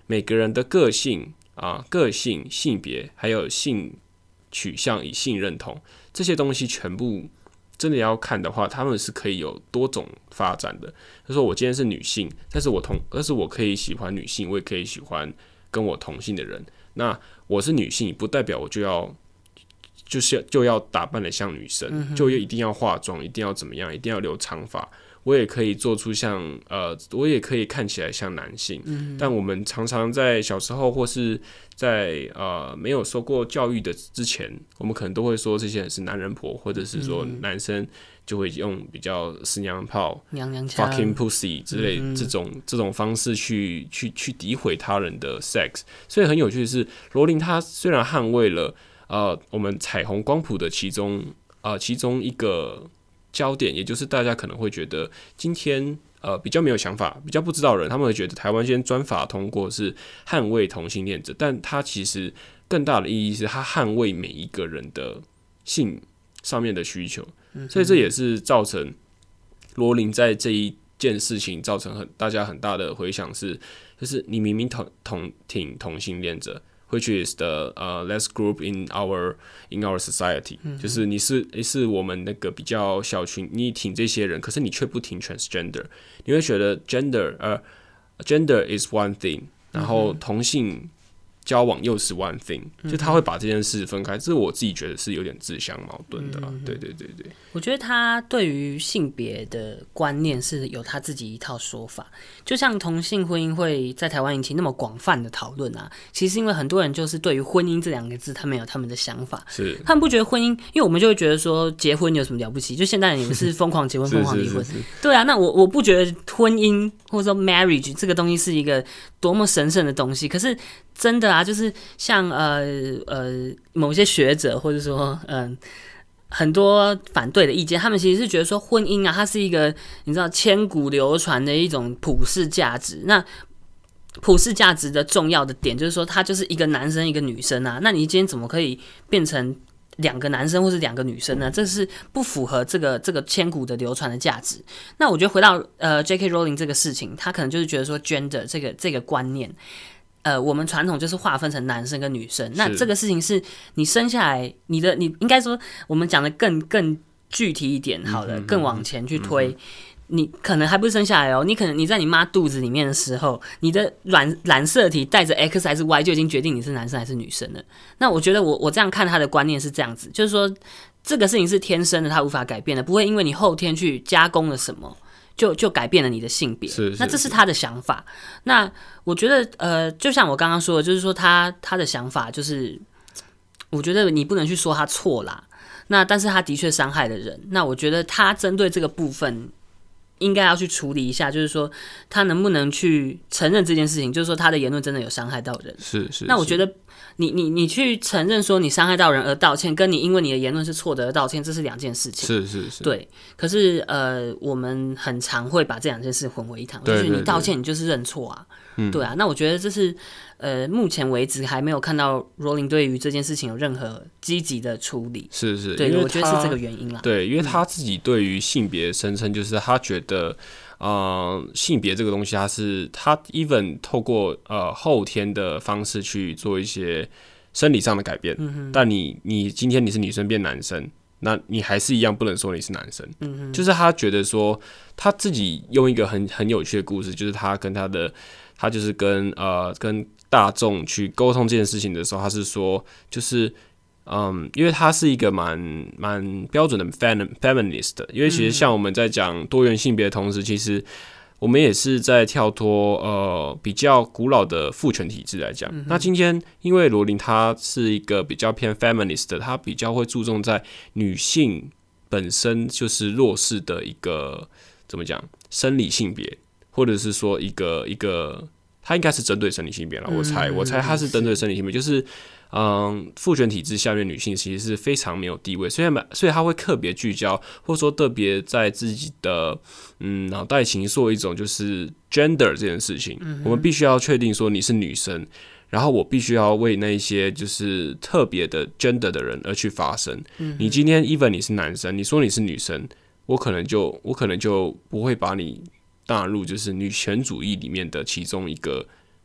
每个人的个性啊、个性、性别还有性取向、以性认同这些东西全部真的要看的话，他们是可以有多种发展的。就是说我今天是女性，但是我同，但是我可以喜欢女性，我也可以喜欢跟我同性的人。那我是女性，不代表我就要就是就要打扮得像女生，嗯、就一定要化妆，一定要怎么样，一定要留长发。我也可以做出像呃，我也可以看起来像男性。嗯、但我们常常在小时候或是在呃没有受过教育的之前，我们可能都会说这些人是男人婆，或者是说男生就会用比较死娘炮、 娘娘腔、 fucking pussy 之类这种、嗯、这种方式去去去诋毁他人的 sex。所以很有趣的是，罗琳她虽然捍卫了呃我们彩虹光谱的其中呃其中一个焦点，也就是大家可能会觉得今天呃比较没有想法、比较不知道的人，他们会觉得台湾今天专法通过是捍卫同性恋者，但它其实更大的意义是它捍卫每一个人的性上面的需求，所以这也是造成罗琳在这一件事情造成很大家很大的回响是，就是你明明同同挺同性恋者。Which is the uh, less group in our in our society，、嗯、就是你是你是我们那个比较小群，你挺这些人，可是你却不挺 transgender， 你会觉得 gender 呃、uh, gender is one thing， 然后同性交往又是 one thing，、嗯、就他会把这件事分开，这是我自己觉得是有点自相矛盾的、啊嗯、对对对对。 我觉得他对于性别的观念是有他自己一套说法，就像同性婚姻会在台湾引起那么广泛的讨论啊，其实因为很多人就是对于婚姻这两个字，他们有他们的想法，是他们不觉得婚姻，因为我们就会觉得说结婚有什么了不起，就现代人也是疯狂结婚、疯狂离婚，对啊，那我我不觉得婚姻或者说 marriage 这个东西是一个多么神圣的东西，可是真的啊，就是像呃呃某些学者或者说嗯。呃很多反对的意见，他们其实是觉得说婚姻啊，它是一个你知道千古流传的一种普世价值。那普世价值的重要的点就是说，它就是一个男生一个女生啊。那你今天怎么可以变成两个男生或是两个女生呢？这是不符合这个这个千古的流传的价值。那我觉得回到呃 J K Rowling 这个事情，他可能就是觉得说 gender 这个这个观念。呃，我们传统就是划分成男生跟女生，那这个事情是你生下来，你的你应该说，我们讲的更更具体一点好了，嗯、更往前去推，嗯、你可能还不是生下来哦，你可能你在你妈肚子里面的时候，你的染染色体带着 X 还是 Y 就已经决定你是男生还是女生了。那我觉得我我这样看他的观念是这样子，就是说这个事情是天生的，他无法改变的，不会因为你后天去加工了什么。就就改变了你的性别，那这是他的想法。那我觉得，呃，就像我刚刚说的，就是说他他的想法就是，我觉得你不能去说他错啦。那但是他的确伤害了人。那我觉得他针对这个部分，应该要去处理一下，就是说他能不能去承认这件事情，就是说他的言论真的有伤害到人。 是是。 那我觉得。你你你去承认说你伤害到人而道歉，跟你因为你的言论是错的而道歉，这是两件事情。 是是是。 对，可是呃，我们很常会把这两件事混为一谈，就是你道歉，你就是认错啊，嗯、对啊。那我觉得这是呃，目前为止还没有看到 Rowling 对于这件事情有任何积极的处理。 是是， 对，我觉得是这个原因啦。 对，因为他自己对于性别声称，就是他觉得。呃，性别这个东西，它是它 even 透过呃后天的方式去做一些生理上的改变，嗯、但你你今天你是女生变男生，那你还是一样不能说你是男生。嗯、就是他觉得说他自己用一个很很有趣的故事，就是他跟他的他就是跟呃跟大众去沟通这件事情的时候，他是说就是。嗯，因为他是一个蛮蛮标准的 feminist， 因为其实像我们在讲多元性别的同时，其实我们也是在跳脱呃比较古老的父权体制来讲。嗯、那今天因为罗琳她是一个比较偏 feminist 的，她比较会注重在女性本身就是弱势的一个怎么讲生理性别，或者是说一个一个，她应该是针对生理性别了，我猜我猜她是针对生理性别，就是。嗯，父权体制下面女性其实是非常没有地位，所以所以她会特别聚焦，或者说特别在自己的嗯脑袋形塑一种就是 gender 这件事情，嗯、我们必须要确定说你是女生，然后我必须要为那一些就是特别的 gender 的人而去发声。嗯、你今天 even 你是男生，你说你是女生，我可能就我可能就不会把你纳入就是女权主义里面的其中一个。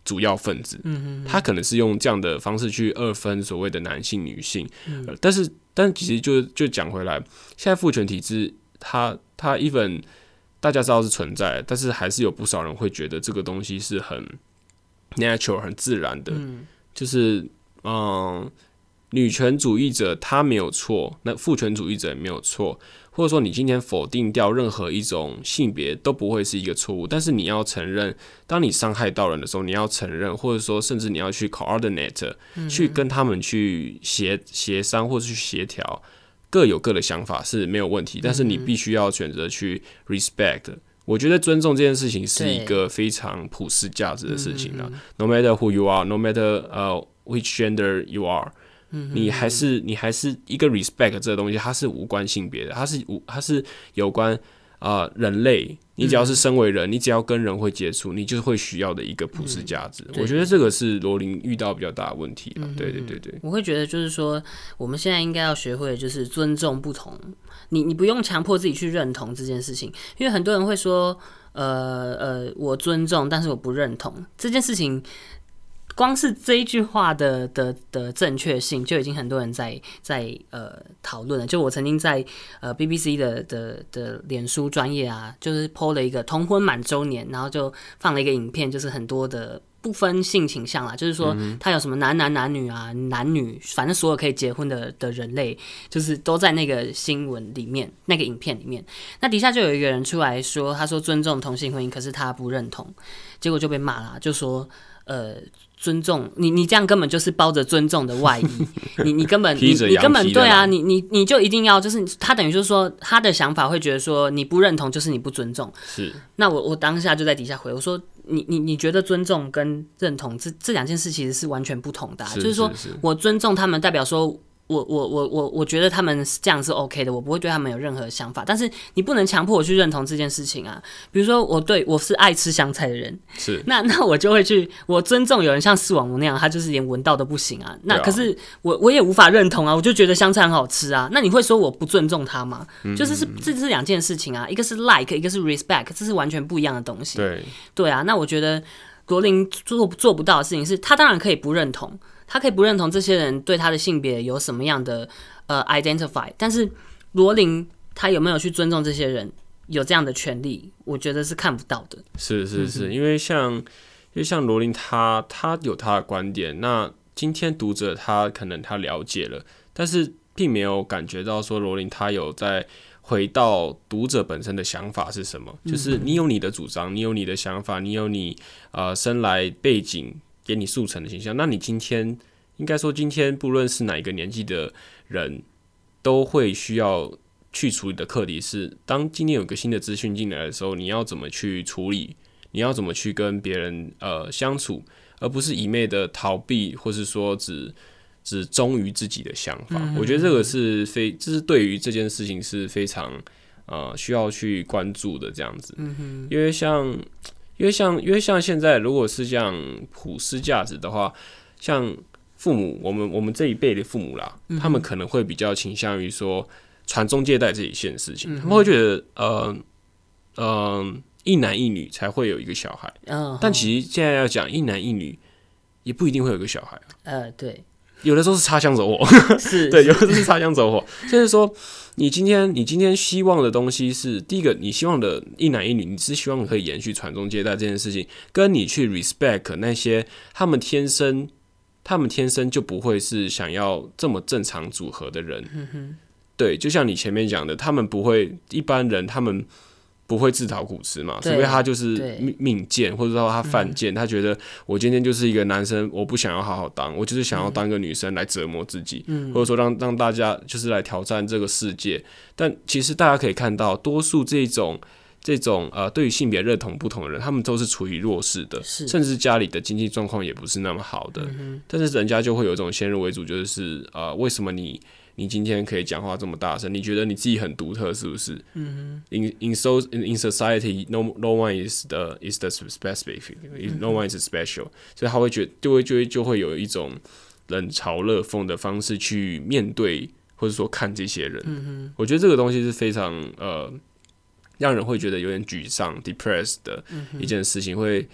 主要分子， 嗯、 他可能是用这样的方式去二分所谓的男性女性，嗯呃、但是但其实就就讲回来，现在父权体制它它 even 大家知道是存在，但是还是有不少人会觉得这个东西是很 natural 很自然的，嗯、就是嗯。女权主义者他没有错，那父权主义者也没有错，或者说你今天否定掉任何一种性别都不会是一个错误，但是你要承认，当你伤害到人的时候，你要承认，或者说甚至你要去 coordinate，、嗯、去跟他们去协协商或者去协调，各有各的想法是没有问题，但是你必须要选择去 respect。我觉得尊重这件事情是一个非常普世价值的事情啦。No matter who you are, no matter、uh, which gender you are。你还是你还是一个 respect 这个东西，它是无关性别的，它是无它是有关啊、呃、人类。你只要是身为人，嗯、你只要跟人会接触，你就是会需要的一个普世价值。嗯、我觉得这个是罗琳遇到比较大的问题。嗯、对对对对， 我会觉得就是说，我们现在应该要学会的就是尊重不同。你你不用强迫自己去认同这件事情，因为很多人会说，呃呃，我尊重，但是我不认同这件事情。光是这一句话的的的正确性，就已经很多人在在呃讨论了。就我曾经在呃 B B C 的的的脸书专页啊，就是 po 了一个同婚满周年，然后就放了一个影片，就是很多的不分性倾向啦，就是说他有什么男男男女啊，男女，反正所有可以结婚的的人类，就是都在那个新闻里面，那个影片里面。那底下就有一个人出来说，他说尊重同性婚姻，可是他不认同，结果就被骂啦，就说呃。尊重你，你这样根本就是包着尊重的外衣，你你根本你你根本对啊，你你你就一定要就是他等于就是说他的想法会觉得说你不认同就是你不尊重， 是。 那我我当下就在底下回我说你你你觉得尊重跟认同这这两件事其实是完全不同的、啊， 是就是说我尊重他们代表说。我我我我我觉得他们这样是 OK 的，我不会对他们有任何想法，但是你不能强迫我去认同这件事情啊。比如说我对我是爱吃香菜的人， 是那那我就会去我尊重有人像视网膜那样，他就是连闻到都不行啊。那可是我我也无法认同啊，我就觉得香菜很好吃啊。那你会说我不尊重他吗？嗯、就是是这是两件事情啊，一个是 like， 一个是 respect， 这是完全不一样的东西。 对对啊，那我觉得罗琳做做不到的事情是，他当然可以不认同。他可以不认同这些人对他的性别有什么样的呃 identify， 但是罗琳他有没有去尊重这些人有这样的权利，我觉得是看不到的。 是是是，嗯、因为像因为像罗琳他他有他的观点，那今天读者他可能他了解了，但是并没有感觉到说罗琳他有在回到读者本身的想法是什么，就是你有你的主张，你有你的想法，你有你呃生来背景。给你速成的形象，那你今天应该说，今天不论是哪一个年纪的人，都会需要去处理的课题是：当今天有个新的资讯进来的时候，你要怎么去处理？你要怎么去跟别人呃相处，而不是一昧的逃避，或是说只只忠于自己的想法。嗯、我觉得这个是非，这是对于这件事情是非常呃需要去关注的这样子。嗯、因为像。因为像，因为像现在，如果是这样普世价值的话，像父母，我们我们这一辈的父母啦，嗯、他们可能会比较倾向于说传宗接代这一件事情，嗯、他们会觉得，呃，呃，一男一女才会有一个小孩，哦、但其实现在要讲一男一女，也不一定会有一个小孩啊。 呃，对。 有的时候是擦枪走火， 是对，有的时候是擦枪走火。就是说，你今天你今天希望的东西是，第一个，你希望的一男一女，你是希望可以延续传宗接代这件事情，跟你去 respect 那些他们天生他们天生就不会是想要这么正常组合的人。嗯、对，就像你前面讲的，他们不会一般人，他们。不会自讨苦吃嘛？除非他就是命贱，或者说他犯贱，嗯、他觉得我今天就是一个男生，我不想要好好当，我就是想要当一个女生来折磨自己，嗯、或者说让让大家就是来挑战这个世界。但其实大家可以看到，多数这种这种呃对于性别认同不同的人，他们都是处于弱势的，甚至家里的经济状况也不是那么好的。嗯、但是人家就会有一种先入为主，就是呃为什么你？你今天可以讲话这么大声，你觉得你自己很独特是不是？嗯、in in so in society, no no one is the is the specific, no one is special，、嗯、所以他会觉得就会就会就会有一种冷嘲热讽的方式去面对或者说看这些人。嗯、我觉得这个东西是非常呃让人会觉得有点沮丧 depressed 的一件事情，会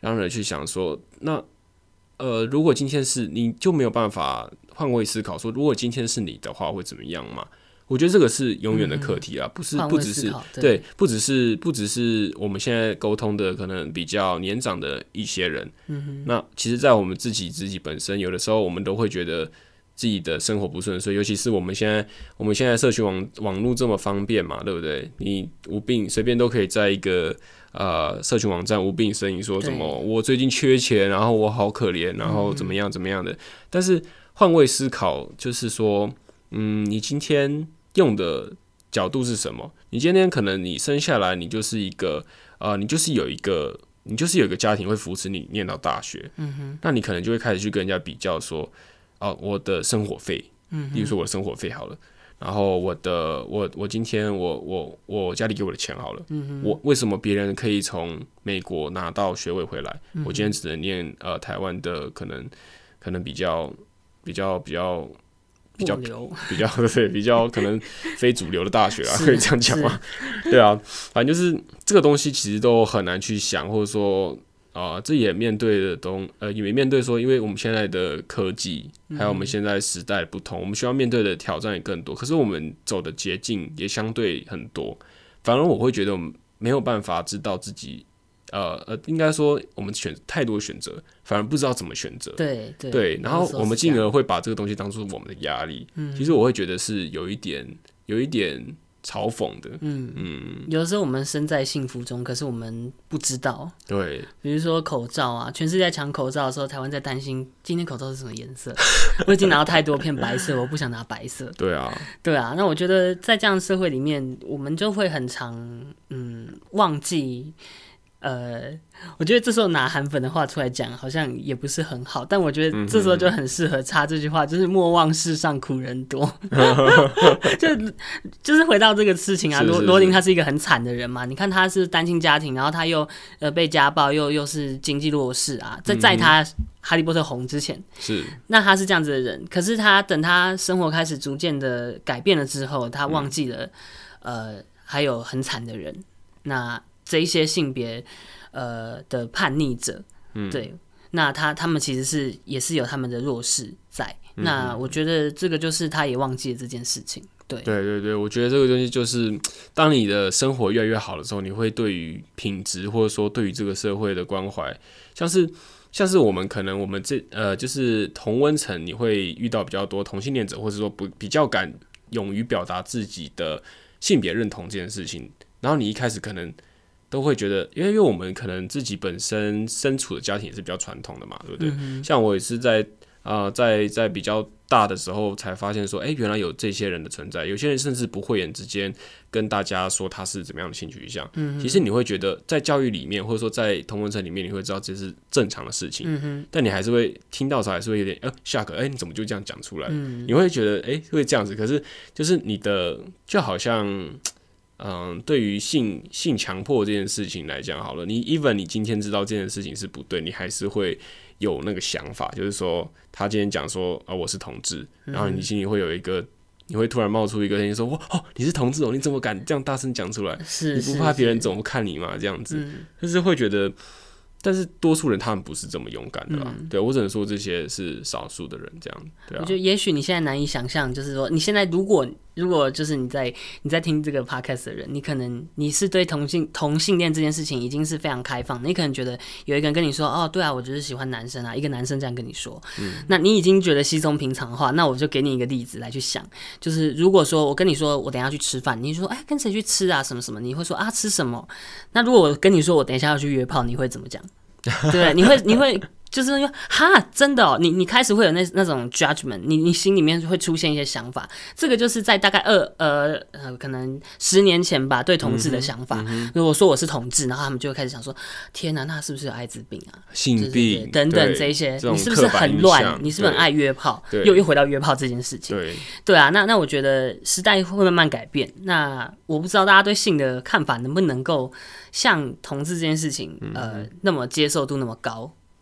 然而去想说，那呃，如果今天是你就没有办法换位思考说，如果今天是你的话会怎么样嘛？我觉得这个是永远的课题啊，嗯、不是不只是 对, 对，不只是不只是我们现在沟通的可能比较年长的一些人，嗯、那其实，在我们自己自己本身，有的时候我们都会觉得自己的生活不顺遂，尤其是我们现在我们现在社群网网络这么方便嘛，对不对？你无病随便都可以在一个呃社群网站无病呻吟说什么我最近缺钱，然后我好可怜，然后怎么样怎么样的。嗯、但是换位思考就是说，嗯，你今天用的角度是什么？你今天可能你生下来，你就是一个呃，你就是有一个，你就是有一个家庭会扶持你念到大学，嗯哼，那你可能就会开始去跟人家比较说，哦、呃，我的生活费，嗯，例如说我的生活费好了，然后我的我我今天我我我家里给我的钱好了，嗯我为什么别人可以从美国拿到学位回来，嗯、我今天只能念呃台湾的可能可能比较比较比较。比较比较对比较可能非主流的大学啊，可以这样讲吗？对啊，反正就是这个东西其实都很难去想，或者说啊、呃，这也面对的东呃，也面对说，因为我们现在的科技还有我们现在时代的不同，嗯、我们需要面对的挑战也更多，可是我们走的捷径也相对很多，反而我会觉得我们没有办法知道自己。呃呃，应该说我们选太多选择，反而不知道怎么选择。 对 对, 对，然后我们进而会把这个东西当作我们的压力。嗯，其实我会觉得是有一点，有一点嘲讽的。嗯嗯， 有的时候我们身在幸福中，可是我们不知道。 对， 比如说口罩啊，全世界在抢口罩的时候，台湾在担心今天口罩是什么颜色。我已经拿到太多片白色，我不想拿白色。 对啊， 对啊。那我觉得在这样的社会里面，我们就会很常嗯忘记。呃，我觉得这时候拿韩粉的话出来讲，好像也不是很好。但我觉得这时候就很适合插这句话，就是莫忘世上苦人多。就就是回到这个事情啊，罗罗琳他是一个很惨的人嘛。你看他是单亲家庭，然后他又呃被家暴，又又是经济弱势啊。在在他哈利波特红之前， 是那他是这样子的人。可是他等他生活开始逐渐的改变了之后，他忘记了、嗯、呃还有很惨的人。那这一些性别呃的叛逆者，嗯、对，那他他们其实是也是有他们的弱势在。嗯、那我觉得这个就是他也忘记了这件事情。对对对对，我觉得这个东西就是，当你的生活越来越好的时候，你会对于品质或者说对于这个社会的关怀，像是像是我们可能我们这呃就是同温层，你会遇到比较多同性恋者，或者说不比较敢勇于表达自己的性别认同这件事情，然后你一开始可能。都会觉得，因为因为我们可能自己本身身处的家庭也是比较传统的嘛，对不对？嗯、像我也是在啊、呃，在在比较大的时候才发现说，哎，原来有这些人的存在。有些人甚至不讳言之间跟大家说他是怎么样的性取向。嗯、其实你会觉得，在教育里面，或者说在同温层里面，你会知道这是正常的事情。嗯、但你还是会听到的时候，还是会有点呃 shock， 哎，你怎么就这样讲出来？嗯、你会觉得，哎，会这样子。可是就是你的，就好像。嗯，对于性性强迫这件事情来讲，好了，你 even 你今天知道这件事情是不对，你还是会有那个想法，就是说他今天讲说啊、呃、我是同志，然后你心里会有一个，你会突然冒出一个声音说，哇哦你是同志哦，你怎么敢这样大声讲出来？ 是你不怕别人怎么看你吗？这样子，嗯、就是会觉得。但是多数人他们不是这么勇敢的啦，嗯、对我只能说这些是少数的人这样，对啊。 我觉得也许你现在难以想象，就是说你现在如果如果就是你在你在听这个 podcast 的人，你可能你是对同性同性恋这件事情已经是非常开放的，你可能觉得有一个人跟你说哦，对啊，我就是喜欢男生啊，一个男生这样跟你说，嗯、那你已经觉得稀松平常的话，那我就给你一个例子来去想，就是如果说我跟你说我等一下去吃饭，你说哎跟谁去吃啊什么什么，你会说啊吃什么？那如果我跟你说我等一下要去约炮，你会怎么讲？对，你会你会就是说哈，真的哦，你你開始會有那那種 judgment， 你你心裡面會出現一些想法，這個就是在大概二呃呃可能十年前吧，對同志的想法。嗯、如果說我是同志，然後他們就會開始想說，天哪，那是不是有艾滋病啊？ 性病、就是、 等等這些，你是不是很亂？你是不是很愛約炮？又又回到約炮這件事情。對對啊，那那我覺得時代會慢慢改變。那我不知道大家對性的看法能不能夠像同志這件事情，呃，那麼接受度那麼高。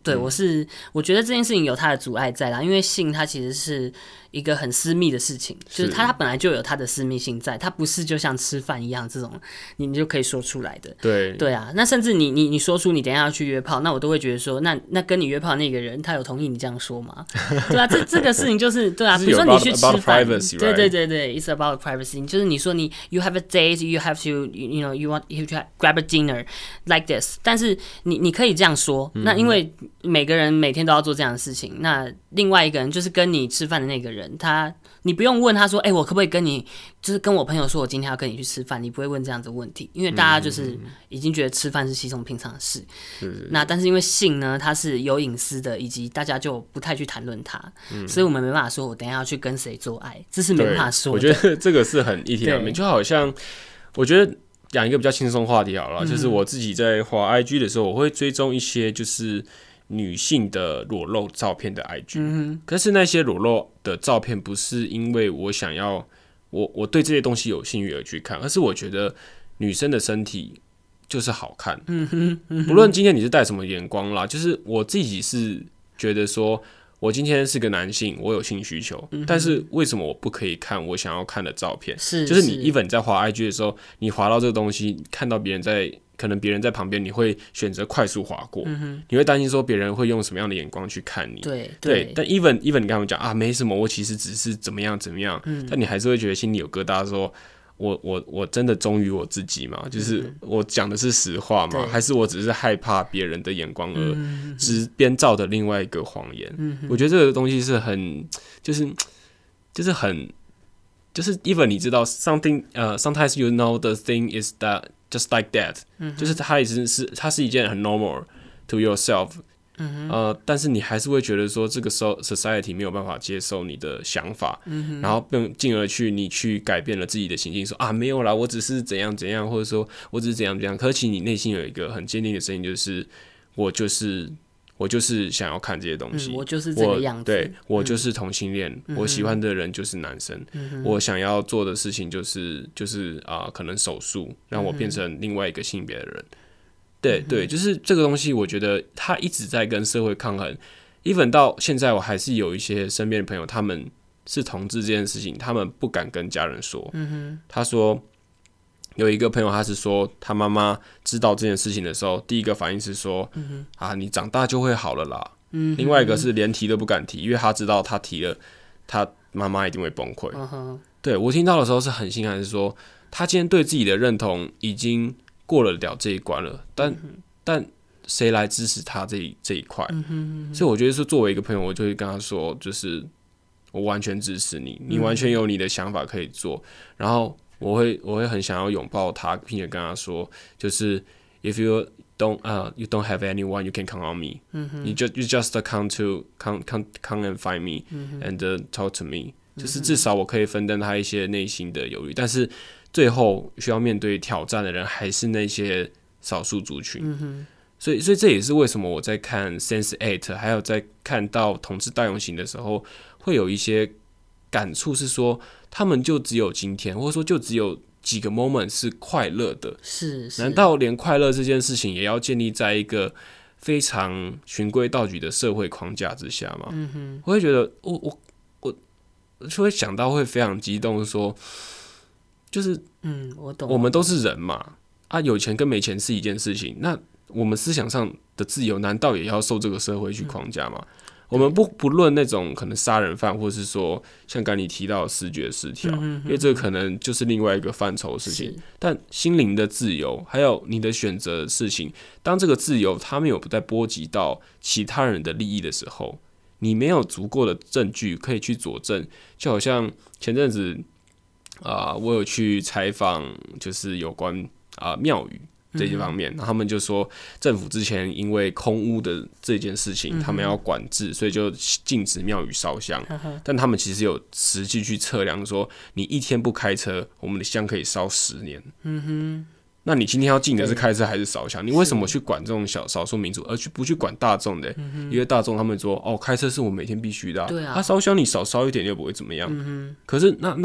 对、嗯、我是我觉得这件事情有它的阻碍在啦，因为性它其实是一个很私密的事情，就是它它本来就有它的私密性在，它不是就像吃饭一样这种你你就可以说出来的。 对对啊，那甚至你你你说出你等一下要去约炮，那我都会觉得说，那那跟你约炮的那个人他有同意你这样说吗？对啊，这这个事情就是对啊，比如说你去吃饭， privacy, 对对对对 ，it's about privacy， 就是你说你 you have a date, you have to you know you want you to grab a dinner like this， 但是你你可以这样说，那因为每个人每天都要做这样的事情，那另外一个人就是跟你吃饭的那个人，他你不用问他说，哎、欸，我可不可以跟你，就是跟我朋友说我今天要跟你去吃饭，你不会问这样子的问题，因为大家就是已经觉得吃饭是稀松平常的事。嗯、那但是因为性呢，它是有隐私的，以及大家就不太去谈论它、嗯，所以我们没办法说我等一下要去跟谁做爱，这是没办法说的。 我觉得这个是很一体两面，就好像我觉得讲一个比较轻松话题好了、嗯，就是我自己在滑 I G 的时候，我会追踪一些就是女性的裸露照片的 I G，、嗯、可是那些裸露的照片不是因为我想要我我对这些东西有兴趣而去看，而是我觉得女生的身体就是好看，嗯哼嗯哼，不论今天你是带什么眼光啦，就是我自己是觉得说，我今天是个男性，我有性需求、嗯，但是为什么我不可以看我想要看的照片？是，就是你 even 在滑 I G 的时候，你滑到这个东西，看到别人在。可能别人在旁边，你会选择快速滑过、嗯，你会担心说别人会用什么样的眼光去看你。 对对, 对，但 even even 你跟他们讲啊，没什么，我其实只是怎么样怎么样，嗯、但你还是会觉得心里有疙瘩说，说我我我真的忠于我自己吗？就是我讲的是实话吗？还是我只是害怕别人的眼光而只编造的另外一个谎言、嗯？我觉得这个东西是很，就是就是很，就是 even 你知道 something 呃、uh, sometimes you know the thing is that。Just like that，、嗯、就是它也是它是一件很 normal to yourself，、嗯呃、但是你还是会觉得说这个 society 没有办法接受你的想法，嗯、然后进而去你去改变了自己的行径，说啊没有啦，我只是怎样怎样，或者说我只是怎样怎样，可是其实你内心有一个很坚定的声音，就是我就是我就是想要看这些东西， 嗯、我就是这个样子， 对，我就是同性恋、嗯，我喜欢的人就是男生，嗯、我想要做的事情就是就是啊、呃，可能手术让我变成另外一个性别的人，嗯、对对，就是这个东西，我觉得他一直在跟社会抗衡 ，even 到现在我还是有一些身边的朋友，他们是同志这件事情，他们不敢跟家人说，嗯、他说。有一个朋友，他是说他妈妈知道这件事情的时候，第一个反应是说：“嗯、啊，你长大就会好了啦。嗯”另外一个是连提都不敢提，因为他知道他提了，他妈妈一定会崩溃。嗯、对我听到的时候是很心寒，是说他今天对自己的认同已经过了了这一关了，但、嗯、但谁来支持他这一这一块、嗯？所以我觉得是作为一个朋友，我就会跟他说，就是我完全支持你，你完全有你的想法可以做，然后。我会我会很想要拥抱他，并且跟他说，就是 if you don't 呃、uh, you don't have anyone, you can count on me、嗯。you just you just come to come come come and find me、嗯、and、uh, talk to me、嗯。就是至少我可以分担他一些内心的忧虑，但是最后需要面对挑战的人还是那些少数族群。嗯、所以所以这也是为什么我在看 Sense eight 还有在看到同志大游行的时候，会有一些感触，是说。他们就只有今天，或者说就只有几个 moment 是快乐的， 是，是， 难道连快乐这件事情也要建立在一个非常循规蹈矩的社会框架之下吗？嗯哼，我会觉得，我我我就会想到会非常激动，说，就是， 嗯，我懂， 我们都是人嘛，啊，有钱跟没钱是一件事情，那我们思想上的自由，难道也要受这个社会去框架吗？嗯我们不不论那种可能杀人犯，或是说像刚才你提到的视觉失调、嗯，因为这个可能就是另外一个范畴的事情。但心灵的自由，还有你的选择的事情，当这个自由它没有在波及到其他人的利益的时候，你没有足够的证据可以去佐证。就好像前阵子啊、呃，我有去采访，就是有关啊庙宇。这一方面，他们就说政府之前因为空污的这件事情，他们要管制，所以就禁止庙宇烧香。但他们其实有实际去测量说，你一天不开车，我们的香可以烧十年。嗯哼，那你今天要禁的是开车还是烧香？你为什么去管这种小少数民族，而去不去管大众的、欸嗯？因为大众他们说，哦，开车是我每天必须的、啊，对啊，他烧香你少烧一点又不会怎么样。嗯、可是那那那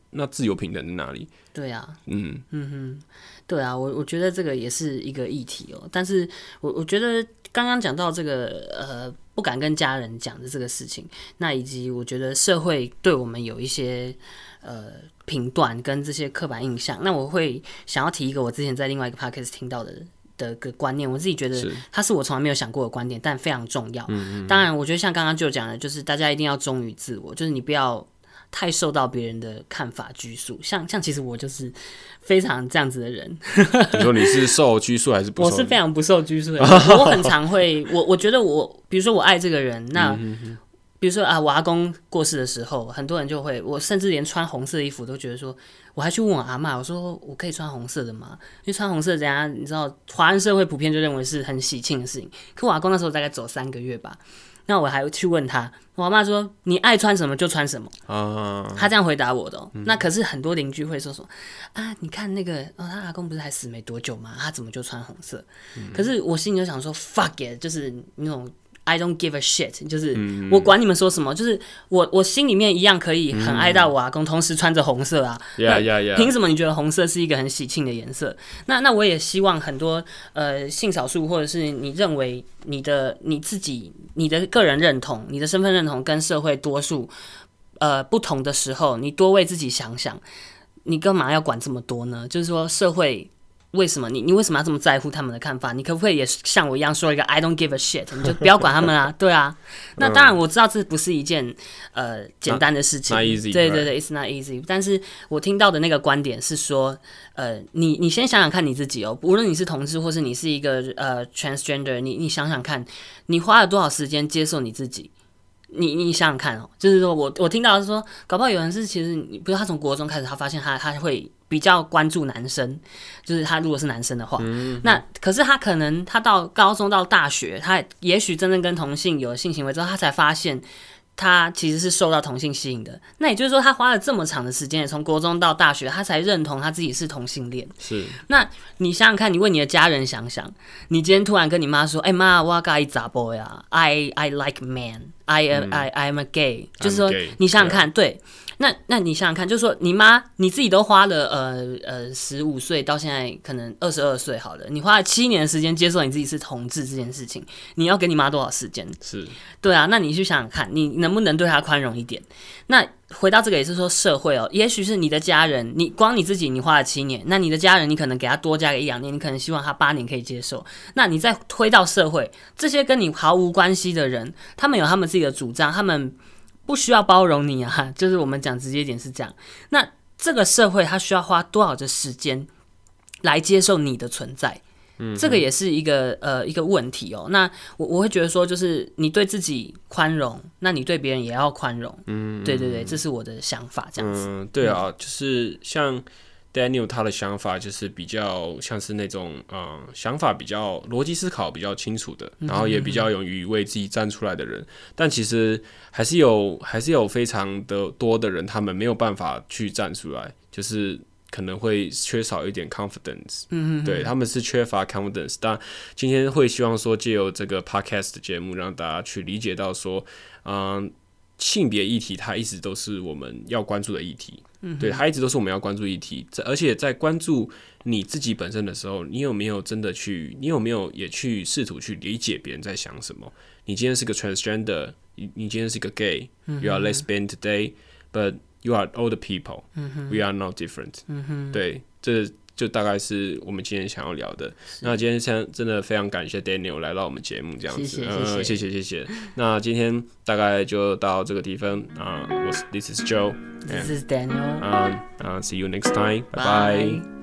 那自由平等在哪里？ 对啊， 嗯嗯哼，对啊，我我觉得这个也是一个议题哦。但是我我觉得刚刚讲到这个呃不敢跟家人讲的这个事情，那以及我觉得社会对我们有一些呃评断跟这些刻板印象，那我会想要提一个我之前在另外一个 podcast 听到的。的个观念，我自己觉得它是我从来没有想过的观点，但非常重要。嗯嗯当然，我觉得像刚刚就讲的，就是大家一定要忠于自我，就是你不要太受到别人的看法拘束。像像其实我就是非常这样子的人。 你说你是受拘束还是不受？ 我是非常不受拘束的人。我很常会，我我觉得我，比如说我爱这个人，那。嗯比如说啊，我阿公过世的时候，很多人就会，我甚至连穿红色的衣服都觉得说，我还去问我阿嬷，我说我可以穿红色的吗？因为穿红色，人家你知道，华人社会普遍就认为是很喜庆的事情。可我阿公那时候大概走三个月吧，那我还去问他，我阿嬷说你爱穿什么就穿什么，啊、他这样回答我的、喔嗯。那可是很多邻居会说说啊，你看那个哦，他阿公不是还死没多久吗？他怎么就穿红色？嗯、可是我心里就想说 fuck it， 就是那种。I don't give a shit， 就是我管你们说什么，就是我我心里面一样可以很爱到我阿公，同时穿着红色啊。 Yeah, yeah, yeah. 凭什么你觉得红色是一个很喜庆的颜色？那那我也希望很多呃性少数或者是你认为你的你自己你的个人认同、你的身份认同跟社会多数呃不同的时候，你多为自己想想，你干嘛要管这么多呢？就是说社会。为什么你你为什么要这么在乎他们的看法？你可不可以也像我一样说一个 I don't give a shit？ 你就不要管他们啊，对啊。那当然我知道这不是一件呃简单的事情， not, not easy, 对对对 ，it's not easy。但是我听到的那个观点是说，呃，你你先想想看你自己哦，无论你是同志或是你是一个呃 transgender， 你你想想看，你花了多少时间接受你自己？你你想想看哦，就是说我我听到是说，搞不好有人是其实你比如他从国中开始，他发现他他会比较关注男生，就是他如果是男生的话，嗯、那可是他可能他到高中到大学，他也许真正跟同性有性行为之后，他才发现他其实是受到同性吸引的。那也就是说，他花了这么长的时间，从国中到大学，他才认同他自己是同性恋。 是。 那你想想看，你为你的家人想想，你今天突然跟你妈说：“哎、欸、妈，我要查甫呀 ，I I like man。” I am、嗯、I I am a gay， 就是说你想想看， 对，那那你想想看，就是说你妈你自己都花了呃呃十五岁到现在可能二十二岁好了，你花了七年的时间接受你自己是同志这件事情，你要给你妈多少时间？ 是， 对啊，那你去想想看，你能不能对她宽容一点？那回到这个也是说社会哦，也许是你的家人，你光你自己你花了七年，那你的家人你可能给他多加个一两年，你可能希望他八年可以接受。那你再推到社会，这些跟你毫无关系的人，他们有他们自己的主张，他们不需要包容你啊。就是我们讲直接一点是这样。那这个社会它需要花多少的时间来接受你的存在？嗯、这个也是一个呃一个问题哦。那我我会觉得说，就是你对自己宽容，那你对别人也要宽容。嗯，对对对，这是我的想法，这样子。 嗯，对啊，嗯、就是像 Daniel 他的想法，就是比较像是那种呃想法比较逻辑思考比较清楚的，然后也比较勇于为自己站出来的人。嗯、但其实还是有还是有非常的多的人，他们没有办法去站出来，就是。可能会缺少一点 confidence， 嗯, 嗯对，他们是缺乏 confidence。但今天会希望说借由这个 podcast 的节目，让大家去理解到说，嗯，性别议题它一直都是我们要关注的议题，嗯、对，它一直都是我们要关注的议题。而且在关注你自己本身的时候，你有没有真的去，你有没有也去试图去理解别人在想什么？你今天是个 transgender， 你, 你今天是个 gay， 嗯、you are lesbian today，but You are older people,、嗯、we are not different、嗯。对，这就大概是我们今天想要聊的。那今天真的非常感谢 Daniel 来到我们节目，这样子， 谢谢、 呃、谢谢谢谢。那今天大概就到这个地方啊、呃，我是 This is Joe， This is Daniel， 嗯、uh, uh, see you next time， 拜拜。